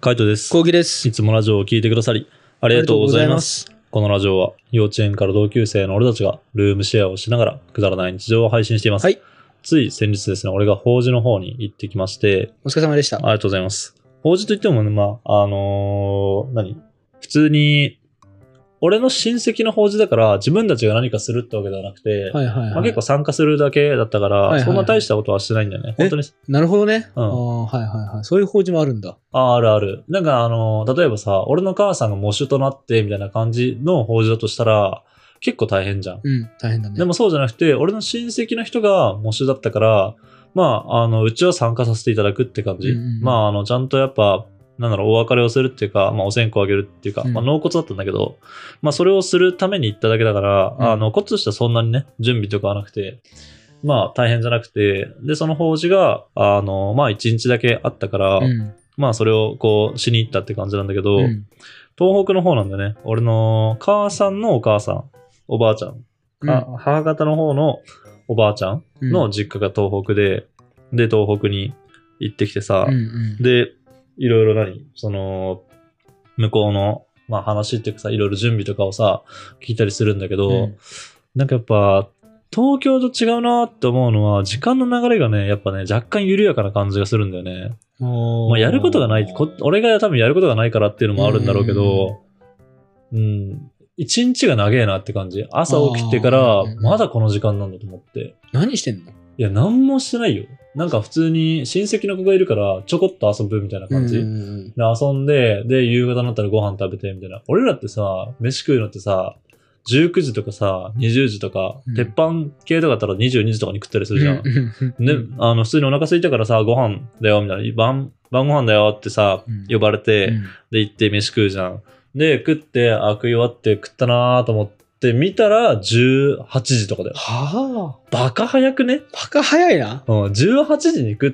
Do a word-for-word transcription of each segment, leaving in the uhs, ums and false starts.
カイトです。 コウキです。 いつもラジオを聞いてくださりありがとうございます。このラジオは幼稚園から同級生の俺たちがルームシェアをしながらくだらない日常を配信しています。 はい。 つい先日ですね、俺が法事の方に行ってきまして。 お疲れ様でした。 ありがとうございます。法事といってもね、まあ、あのー、何普通に、俺の親戚の法事だから自分たちが何かするってわけではなくて、 はいはいはい、 まあ、結構参加するだけだったから、はいはいはい、そんな大したことはしてないんだよね。本当に。 なるほどね。 うん、 あはいはいはい。そういう法事もあるんだ。 ああるある。なんかあの、例えばさ、俺の母さんが喪主となってみたいな感じの法事だとしたら、結構大変じゃん。 うん、大変だね。 でもそうじゃなくて、俺の親戚の人が喪主だったから、まあ、あの、うちは参加させていただくって感じ。うんうんうん、まあ、あの、ちゃんとやっぱ、なんだろう、お別れをするっていうか、まあ、お線香あげるっていうか、うん、まあ、納骨だったんだけど、まあ、それをするために行っただけだから、うん、あの、こっちとしてはそんなにね、準備とかはなくて、まあ、大変じゃなくて、で、その法事が、あの、まあ、一日だけあったから、うん、まあ、それをこう、しに行ったって感じなんだけど、うん、東北の方なんだね。俺の母さんのお母さん、おばあちゃん、うん、母方の方のおばあちゃんの実家が東北で、うん、で、東北に行ってきてさ、うんうん、で、いろいろ何その、向こうの、まあ話っていうかさ、いろいろ準備とかをさ、聞いたりするんだけど、うん、なんかやっぱ、東京と違うなって思うのは、時間の流れがね、やっぱね、若干緩やかな感じがするんだよね。まあやることがないこ、俺が多分やることがないからっていうのもあるんだろうけど、うん、うん一日が長えなって感じ。朝起きてから、まだこの時間なんだと思って。 何してんの？ いや、何もしてないよ。なんか普通に親戚の子がいるから、ちょこっと遊ぶみたいな感じ。で、遊んで、で、夕方になったらご飯食べて、みたいな。俺らってさ、飯食うのってさ、じゅうくじとかさ、にじゅうじとか、うん、鉄板系とかだったらにじゅうにじとかに食ったりするじゃん。で、あの、普通にお腹空いたからさ、ご飯だよ、みたいな。晩、晩ご飯だよってさ、うん、呼ばれて、うん、で、行って飯食うじゃん。で、食って、あ、食い終わって食ったなーと思って、見たらじゅうはちじとかだよ。 はぁ。バカ早くね？ バカ早いな。 うん、じゅうはちじに食って、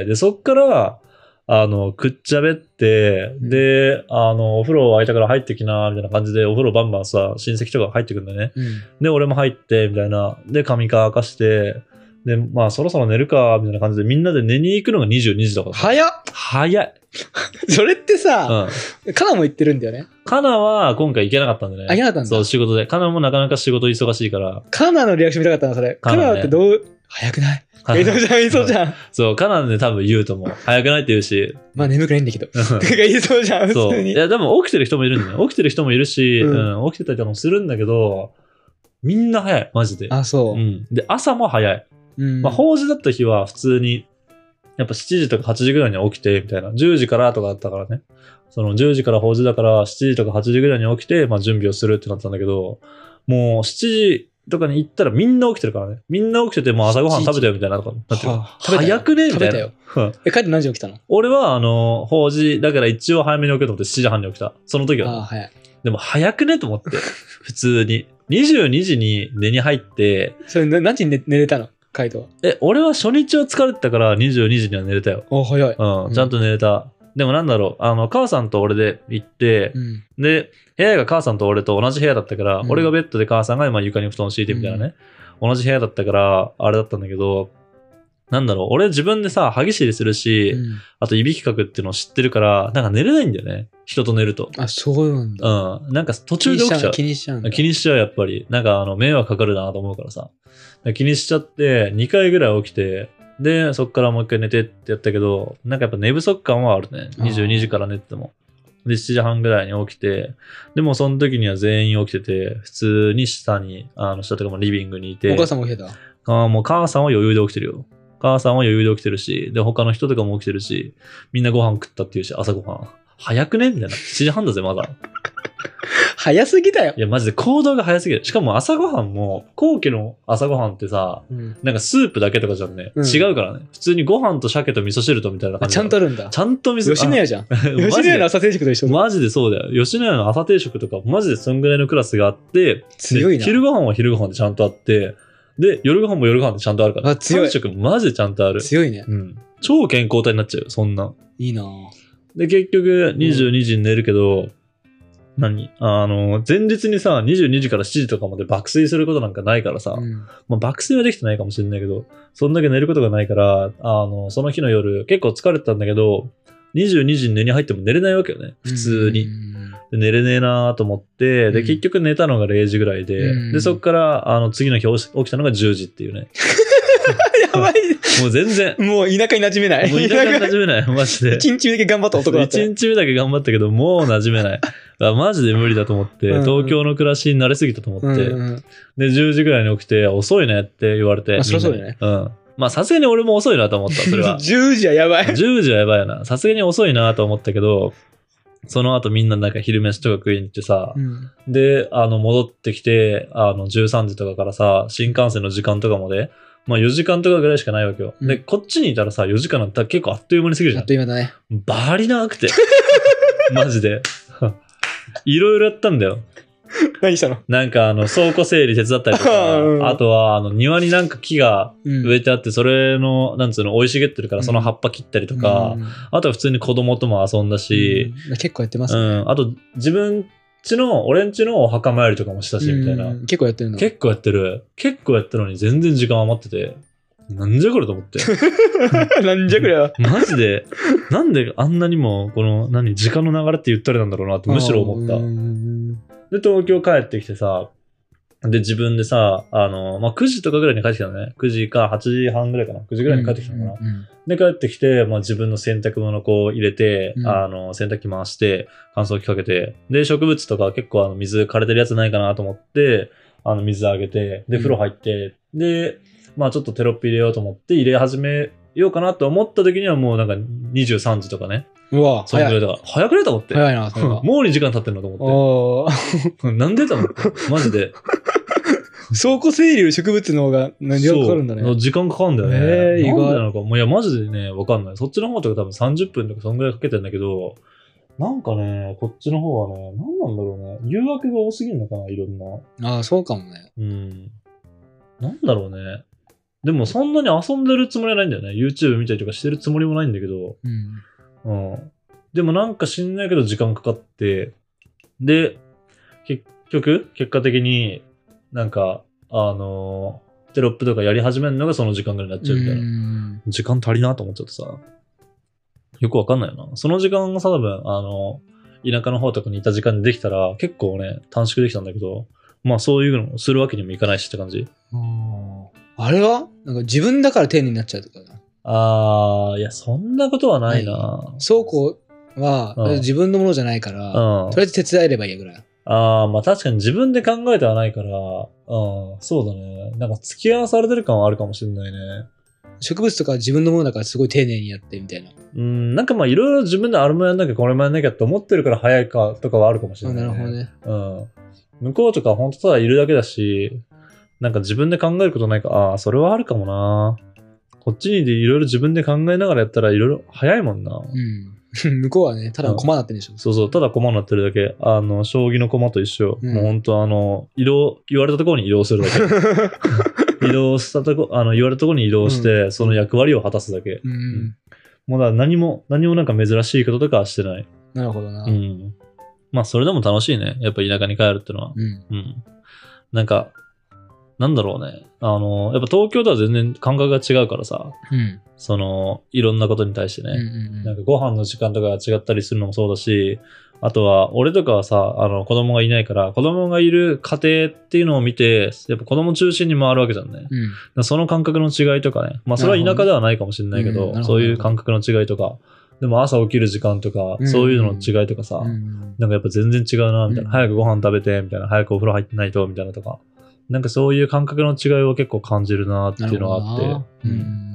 で、そっから、あの、食っちゃべって、うん、で、あの、お風呂空いたから入ってきな、みたいな感じで、お風呂バンバンさ、親戚とか入ってくんだよね。うん、で、俺も入って、みたいな。で、髪乾かして、で、まあ、そろそろ寝るか、みたいな感じで、みんなで寝に行くのがにじゅうにじとか。 早っ早いそれってさ、うん、カナも行ってるんだよね。 カナは今回行けなかったんだね。 あ、行けなかったんだ。 そう、仕事で。カナもなかなか仕事忙しいから。 カナのリアクション見たかったな、それ。カナ、ね、カナってどう、早くない言いそうじゃん、言いそうじゃん。 そう、カナで多分言うと思う。早くないって言うし。 まあ眠くないんだけど。てか言いそうじゃん、普通に。そう。いや、でも起きてる人もいるんだよ。起きてる人もいるし、うん、うん、起きてたりとかもするんだけど、みんな早い、マジで。 あ、そう。 うん。で、朝も早い。うん、まあ、法事だった日は普通に、やっぱしちじとかはちじぐらいに起きて、みたいな。じゅうじからとかだったからね。そのじゅうじから法事だからしちじとかはちじぐらいに起きて、まあ準備をするってなったんだけど、もうしちじとかに行ったらみんな起きてるからね。みんな起きててもう朝ごはん食べたよみたいなとかなってる。早くねみたいな。 食べたよ。え、帰って何時起きたの？ 俺はあの、法事だから一応早めに起きようと思ってしちじはんに起きた。その時は、ね。 ああ、早い。 でも早くねと思って。普通に。にじゅうにじに寝に入って。 それ何時に 寝, 寝れたの？カイトは。 え、俺は初日は疲れてたからにじゅうにじには寝れたよ。 あ、早い。 うん、ちゃんと寝れた。うん、でもなんだろう、あの、母さんと俺で行って、うん、で、部屋が母さんと俺と同じ部屋だったから、うん、俺がベッドで母さんがまあ床に布団敷いてみたいなね、うん、同じ部屋だったから、あれだったんだけど、なんだろう、俺自分でさ、歯ぎしりするし、うん、あといびきかくっていうのを知ってるから、なんか寝れないんだよね。人と寝ると。 あ、そうなんだ。 うん。なんか途中で起きちゃう。 気にしちゃうんだ。 気にしちゃう、やっぱり。なんかあの、迷惑かかるなと思うからさ。気にしちゃって、にかいぐらい起きて、で、そっからもう一回寝てってやったけど、なんかやっぱ寝不足感はあるね。にじゅうにじから寝てても。で、しちじはんぐらいに起きて、でもその時には全員起きてて、普通に下に、あの、下とかもリビングにいて。 お母さんも起きてた？ ああ、もう母さんは余裕で起きてるよ。母さんは余裕で起きてるし、で、他の人とかも起きてるし、みんなご飯食ったっていうし、朝ご飯。早くねみたいな。しちじはんだぜ、まだ。 早すぎだよ。 いや、マジで行動が早すぎる。しかも朝ごはんも、後期の朝ごはんってさ、うん、なんかスープだけとかじゃんね、うん。違うからね。普通にご飯と鮭と味噌汁とみたいな感じ。 ちゃんとあるんだ。 ちゃんと味噌汁。 吉野家じゃん。吉野家の朝定食と一緒だ。 マジでそうだよ。吉野家の朝定食とか、マジでそんぐらいのクラスがあって、 強いな。 昼ご飯は昼ご飯でちゃんとあって、で、夜ご飯も夜ご飯でちゃんとあるから。 あ、強い。 さん食マジでちゃんとある。 強いね。 うん。超健康体になっちゃうよ、そんな。 いいなぁ。 で、結局、にじゅうにじに寝るけど、うん、何あの、前日にさ、にじゅうにじからしちじとかまで爆睡することなんかないからさ、うん、まあ、爆睡はできてないかもしれないけど、そんだけ寝ることがないから、あの、その日の夜、結構疲れてたんだけど、 にじゅうにじに寝に入っても寝れないわけよね、普通に。で寝れねえなと思って、で、結局寝たのがれいじぐらいで、うん、で、そっから、あの、次の日起きたのがじゅうじっていうね。 やばい。 もう全然。 もう田舎に馴染めない。 もう田舎に馴染めない、マジで。 一日目だけ頑張った男だった。 一日目だけ頑張ったけど、もう馴染めない。マジで無理だと思って、うん、東京の暮らしに慣れすぎたと思って、うんうん、で、じゅうじぐらいに起きて、遅いねって言われて。 あ、そりゃそうだね。 うん。まあ、さすがに俺も遅いなと思った、それは。 じゅうじはやばい。 じゅうじはやばいよな。さすがに遅いなと思ったけど、その後みんななんか昼飯とか食いに行ってさ、うん、で、あの、戻ってきて、あの、じゅうさんじとかからさ、新幹線の時間とかまで、まあよじかんとかぐらいしかないわけよ。うん、で、こっちにいたらさ、よじかんだったら結構あっという間に過ぎるじゃん。 あっという間だね。 バリ長くて。マジで。いろいろやったんだよ。 何したの？ なんかあの倉庫整理手伝ったりとか、うん、あとはあの庭になんか木が植えてあって、それの、なんつうの、生い茂ってるからその葉っぱ切ったりとか、うん、あとは普通に子供とも遊んだし、 うん、結構やってますね。 うん。あと自分ちの、俺んちのお墓参りとかもしたし、みたいな。 結構やってるの？ 結構やってる。結構やったのに全然時間余ってて、なんじゃこれと思って。 なんじゃこれは。 マジで、なんであんなにも、この、何、時間の流れって言ったらなんだろうなってむしろ思った。で、東京帰ってきてさ、で、自分でさ、あの、まあ、くじとかぐらいに帰ってきたのね。くじかはちじはんぐらいかな。くじぐらいに帰ってきたのかな。うんうんうん、で、帰ってきて、まあ、自分の洗濯物こう入れて、うん、あの、洗濯機回して、乾燥機かけて、で、植物とか結構あの、水枯れてるやつないかなと思って、あの、水あげて、で、風呂入って、うん、で、まあ、ちょっとテロップ入れようと思って入れ始めようかなと思った時にはもうなんかにじゅうさんじとかね。 うわ、 そんぐらいだから。早くねと思って。 早いな、それは。 もうにじかん経ってんのと思って。なんでと思って。マジで。 倉庫整理より植物の方が何時間かかるんだね。 そう。時間かかるんだよね。 えー、意外。 なんでなのか。もういや、マジでね、わかんない。そっちの方とか多分さんじゅっぷんとかそんぐらいかけてんだけど、なんかね、こっちの方はね、何なんだろうね。誘惑が多すぎるのかな、いろんな。 ああ、そうかもね。 うん。なんだろうね。でもそんなに遊んでるつもりはないんだよね。YouTube 見たりとかしてるつもりもないんだけど。うん。うん。でもなんか知んないけど時間かかって、で、結局、結果的になんか、あのー、テロップとかやり始めるのがその時間ぐらいになっちゃうみたいな。時間足りなと思っちゃってさ。よくわかんないよな。その時間がさ、多分、あの、田舎の方とかにいた時間でできたら結構ね、短縮できたんだけど、まあそういうのをするわけにもいかないしって感じ。 あれはなんか自分だから丁寧になっちゃうとかな。 あー、いや、そんなことはないな。 はい、倉庫は、うん、自分のものじゃないから、うん、とりあえず手伝えればいいやぐらい。 あー、まあ確かに自分で考えてはないから、うん、そうだね。なんか付き合わされてる感はあるかもしれないね。 植物とか自分のものだからすごい丁寧にやってみたいな。 うん、なんかまあいろいろ自分であれもやんなきゃこれもやんなきゃって思ってるから早いかとかはあるかもしれない、ね。 なるほどね。 うん。向こうとか本当ただいるだけだし、なんか自分で考えることないか、ああ、それはあるかもな。こっちにでいろいろ自分で考えながらやったらいろいろ早いもんな。 うん。向こうはね、ただ駒なってるでしょ、うん。 そうそう、ただ駒になってるだけ。あの、将棋の駒と一緒。うん、もう本当あの、移動、言われたところに移動するだけ。移動したとこ、あの、言われたところに移動して、うん、その役割を果たすだけ。うん。うん、もうだ何も、何もなんか珍しいこととかはしてない。 なるほどな。 うん。まあ、それでも楽しいね。やっぱ田舎に帰るってのは。うん。うん。なんか、なんだろうね。あの、やっぱ東京とは全然感覚が違うからさ。うん。その、いろんなことに対してね。うんうんうん、なんかご飯の時間とかが違ったりするのもそうだし、あとは、俺とかはさ、あの、子供がいないから、子供がいる家庭っていうのを見て、やっぱ子供中心に回るわけじゃんね。うん、その感覚の違いとかね。まあ、それは田舎ではないかもしれないけど、どそういう感覚の違いとか。でも朝起きる時間とか、うん、そういうのの違いとかさ、うん、なんかやっぱ全然違うな、みたいな。うん、早くご飯食べて、みたいな。早くお風呂入ってないと、みたいなとか。なんかそういう感覚の違いを結構感じるなっていうのがあって。うん、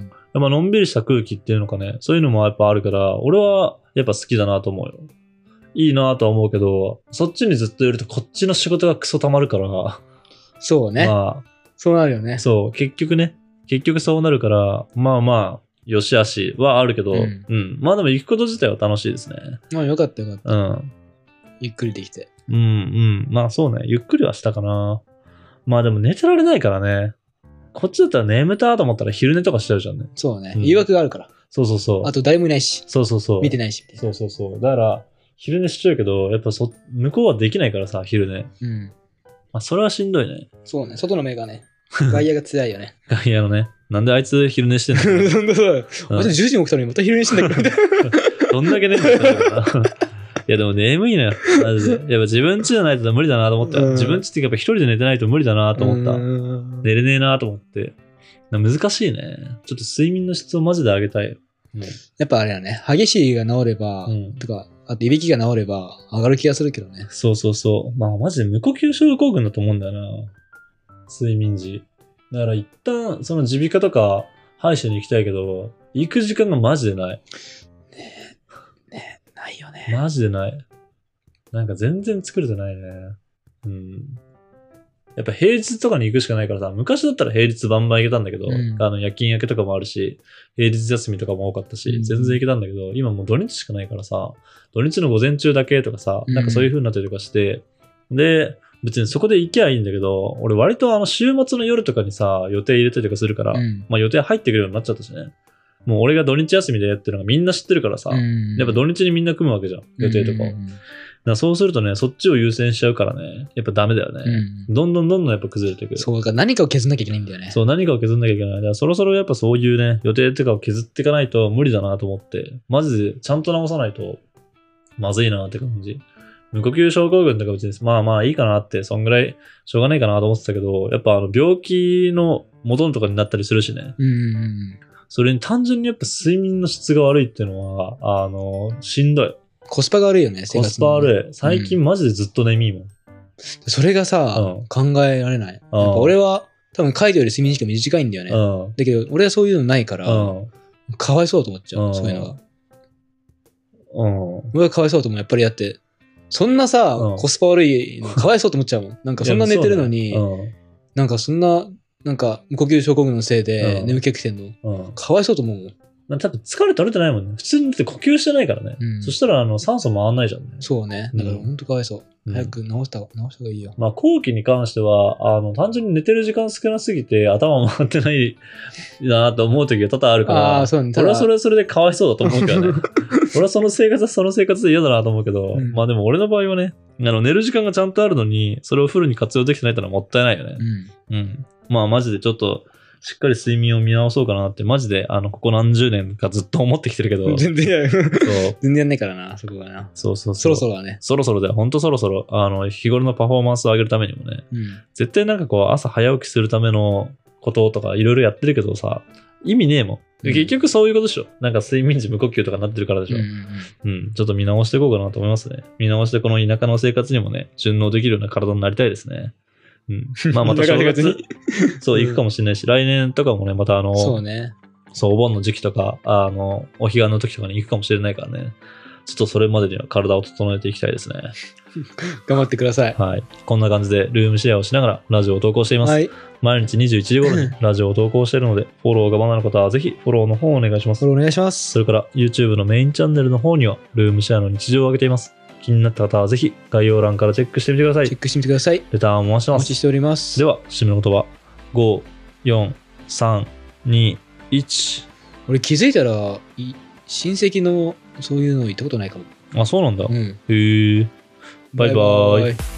やっぱのんびりした空気っていうのかね、そういうのもやっぱあるから、俺はやっぱ好きだなと思うよ。いいなとは思うけど、そっちにずっといるとこっちの仕事がクソ溜まるから。 そうね。まあ、そうなるよね。 そう、結局ね。結局そうなるから、まあまあ、よしあしはあるけど、うん、うん。まあでも行くこと自体は楽しいですね。 まあよかったよかった。 うん。 ゆっくりできて。 うんうん。まあそうね。ゆっくりはしたかな。まあでも寝てられないからね。こっちだったら眠たと思ったら昼寝とかしちゃうじゃんね。 そうね。うん、誘惑があるから。 そうそうそう。 あと誰もいないし。 そうそうそう。 見てないし。 そうそうそう。だから、昼寝しちゃうけど、やっぱそ、向こうはできないからさ、昼寝。うん。まあそれはしんどいね。 そうね。外の目がね。外野が辛いよね。 外野のね。なんであいつ昼寝してんの？ そうだよ。私じゅうじに起きたのにまた昼寝してんだけど。 どんだけ寝るんだろうな。いやでも眠いのよ。マジで。やっぱ自分家じゃないと無理だなと思った。 うん自分家ってやっぱ一人で寝てないと無理だなと思った。 うん寝れねえなと思って。難しいね。ちょっと睡眠の質をマジで上げたいよ。もうやっぱあれやね、激しいが治れば、 うんとか、あといびきが治れば上がる気がするけどね。 そうそうそう。まあマジで無呼吸症候群だと思うんだよな。睡眠時。だから一旦その耳鼻科とか歯医者に行きたいけど、行く時間がマジでない。 ねえ、ねえ、ないよね。 マジでない。なんか全然作れてないね。うん。やっぱ平日とかに行くしかないからさ、昔だったら平日バンバン行けたんだけど、 うんあの夜勤明けとかもあるし、平日休みとかも多かったし、 うん全然行けたんだけど、今もう土日しかないからさ、土日の午前中だけとかさ、 うんなんかそういう風になったりとかして、で、別にそこで行きゃいいんだけど、俺割とあの週末の夜とかにさ、予定入れたりとかするから、 うんまあ予定入ってくるようになっちゃったしね。もう俺が土日休みでやってるのがみんな知ってるからさ、 うんやっぱ土日にみんな組むわけじゃん、予定とかを。 うんだからそうするとね、そっちを優先しちゃうからね、やっぱダメだよね。 うんどんどんどんどんやっぱ崩れていく。 そう、だから何かを削んなきゃいけないんだよね。 そう、何かを削んなきゃいけない。だからそろそろやっぱそういうね、予定とかを削っていかないと無理だなと思って、マジでちゃんと直さないとまずいなって感じ。無呼吸症候群とか別にまあまあいいかなって、そんぐらいしょうがないかなと思ってたけど、やっぱあの病気の元とかになったりするしね。 うんうんうん。そそれに単純にやっぱ睡眠の質が悪いっていうのは、あの、しんどい。 コスパが悪いよね、生コ活のねスパ悪い。最近マジでずっと眠いもん。 それがさ、 うん考えられない。やっぱうん俺は多分カイトより睡眠時間短いんだよね。 うん。 だけど俺はそういうのないから、 うん。 かわいそうと思っちゃう、 うんそういうのが。 うん。 俺はかわいそうと思う。やっぱりだって、そんなさ、 うんコスパ悪いのかわいそうと思っちゃうもん。なんかそんな寝てるのに、 いやそうねなんかそんな、なんか無呼吸症候群のせいでうん眠気来てんの、 うん。うん。 かわいそうと思うもん。 まあ、多分疲れ取れてないもんね。普通にだって呼吸してないからね。 うんそしたらあの酸素回んないじゃんね。 そうね。だからうんほんとかわいそう。 うん早く治した、治した方がいいよ。 まあ後期に関しては、あの、単純に寝てる時間少なすぎて頭回ってないなと思う時が多々あるから、 ああ、そうね。ただ俺はそれはそれでかわいそうだと思うけどね。俺はその生活はその生活で嫌だなと思うけど、 うんまあでも俺の場合はね、あの寝る時間がちゃんとあるのに、それをフルに活用できてないってのはもったいないよね。 うん。 うん。まあマジでちょっと、しっかり睡眠を見直そうかなって、マジで、あの、ここ何十年かずっと思ってきてるけど、そう。 全然やる。全然やんないからな、そこがな。 そうそうそろそろ。 ろはね。 そろそろだよ。ほんとそろそろ、あの、日頃のパフォーマンスを上げるためにもね、 うん。 絶対なんかこう、朝早起きするためのこととかいろいろやってるけどさ、意味ねえもん。 うん結局そういうことでしょ。なんか睡眠時無呼吸とかになってるからでしょ。 うんうん、 うんちょっと見直していこうかなと思いますね。見直してこの田舎の生活にもね、順応できるような体になりたいですね。うん。まあまた正月田舎の生に、そう行くかもしれないし、来年とかもね、またあの、 そうね。 そう、お盆の時期とか、あの、お彼岸の時とかに行くかもしれないからね。ちょっとそれまでには体を整えていきたいですね。 頑張ってください。 はい。こんな感じでルームシェアをしながらラジオを投稿しています。 はい。 毎日にじゅういちじ頃にラジオを投稿しているので、フォローがまだの方はぜひフォローの方をお願いしますフォ。ローお願いします。 それから YouTube のメインチャンネルの方にはルームシェアの日常を上げています。気になった方はぜひ概要欄からチェックしてみてください。 チェックしてみてください。 レターンをお待ちしてます。 お待ちしております。 では、締めの言葉。ご、よん、さん、に、いち。 俺気づいたら、い親戚のそういうの行ったことないかも。 あ、そうなんだ。 うん。 へえ。バイバイ。 イ。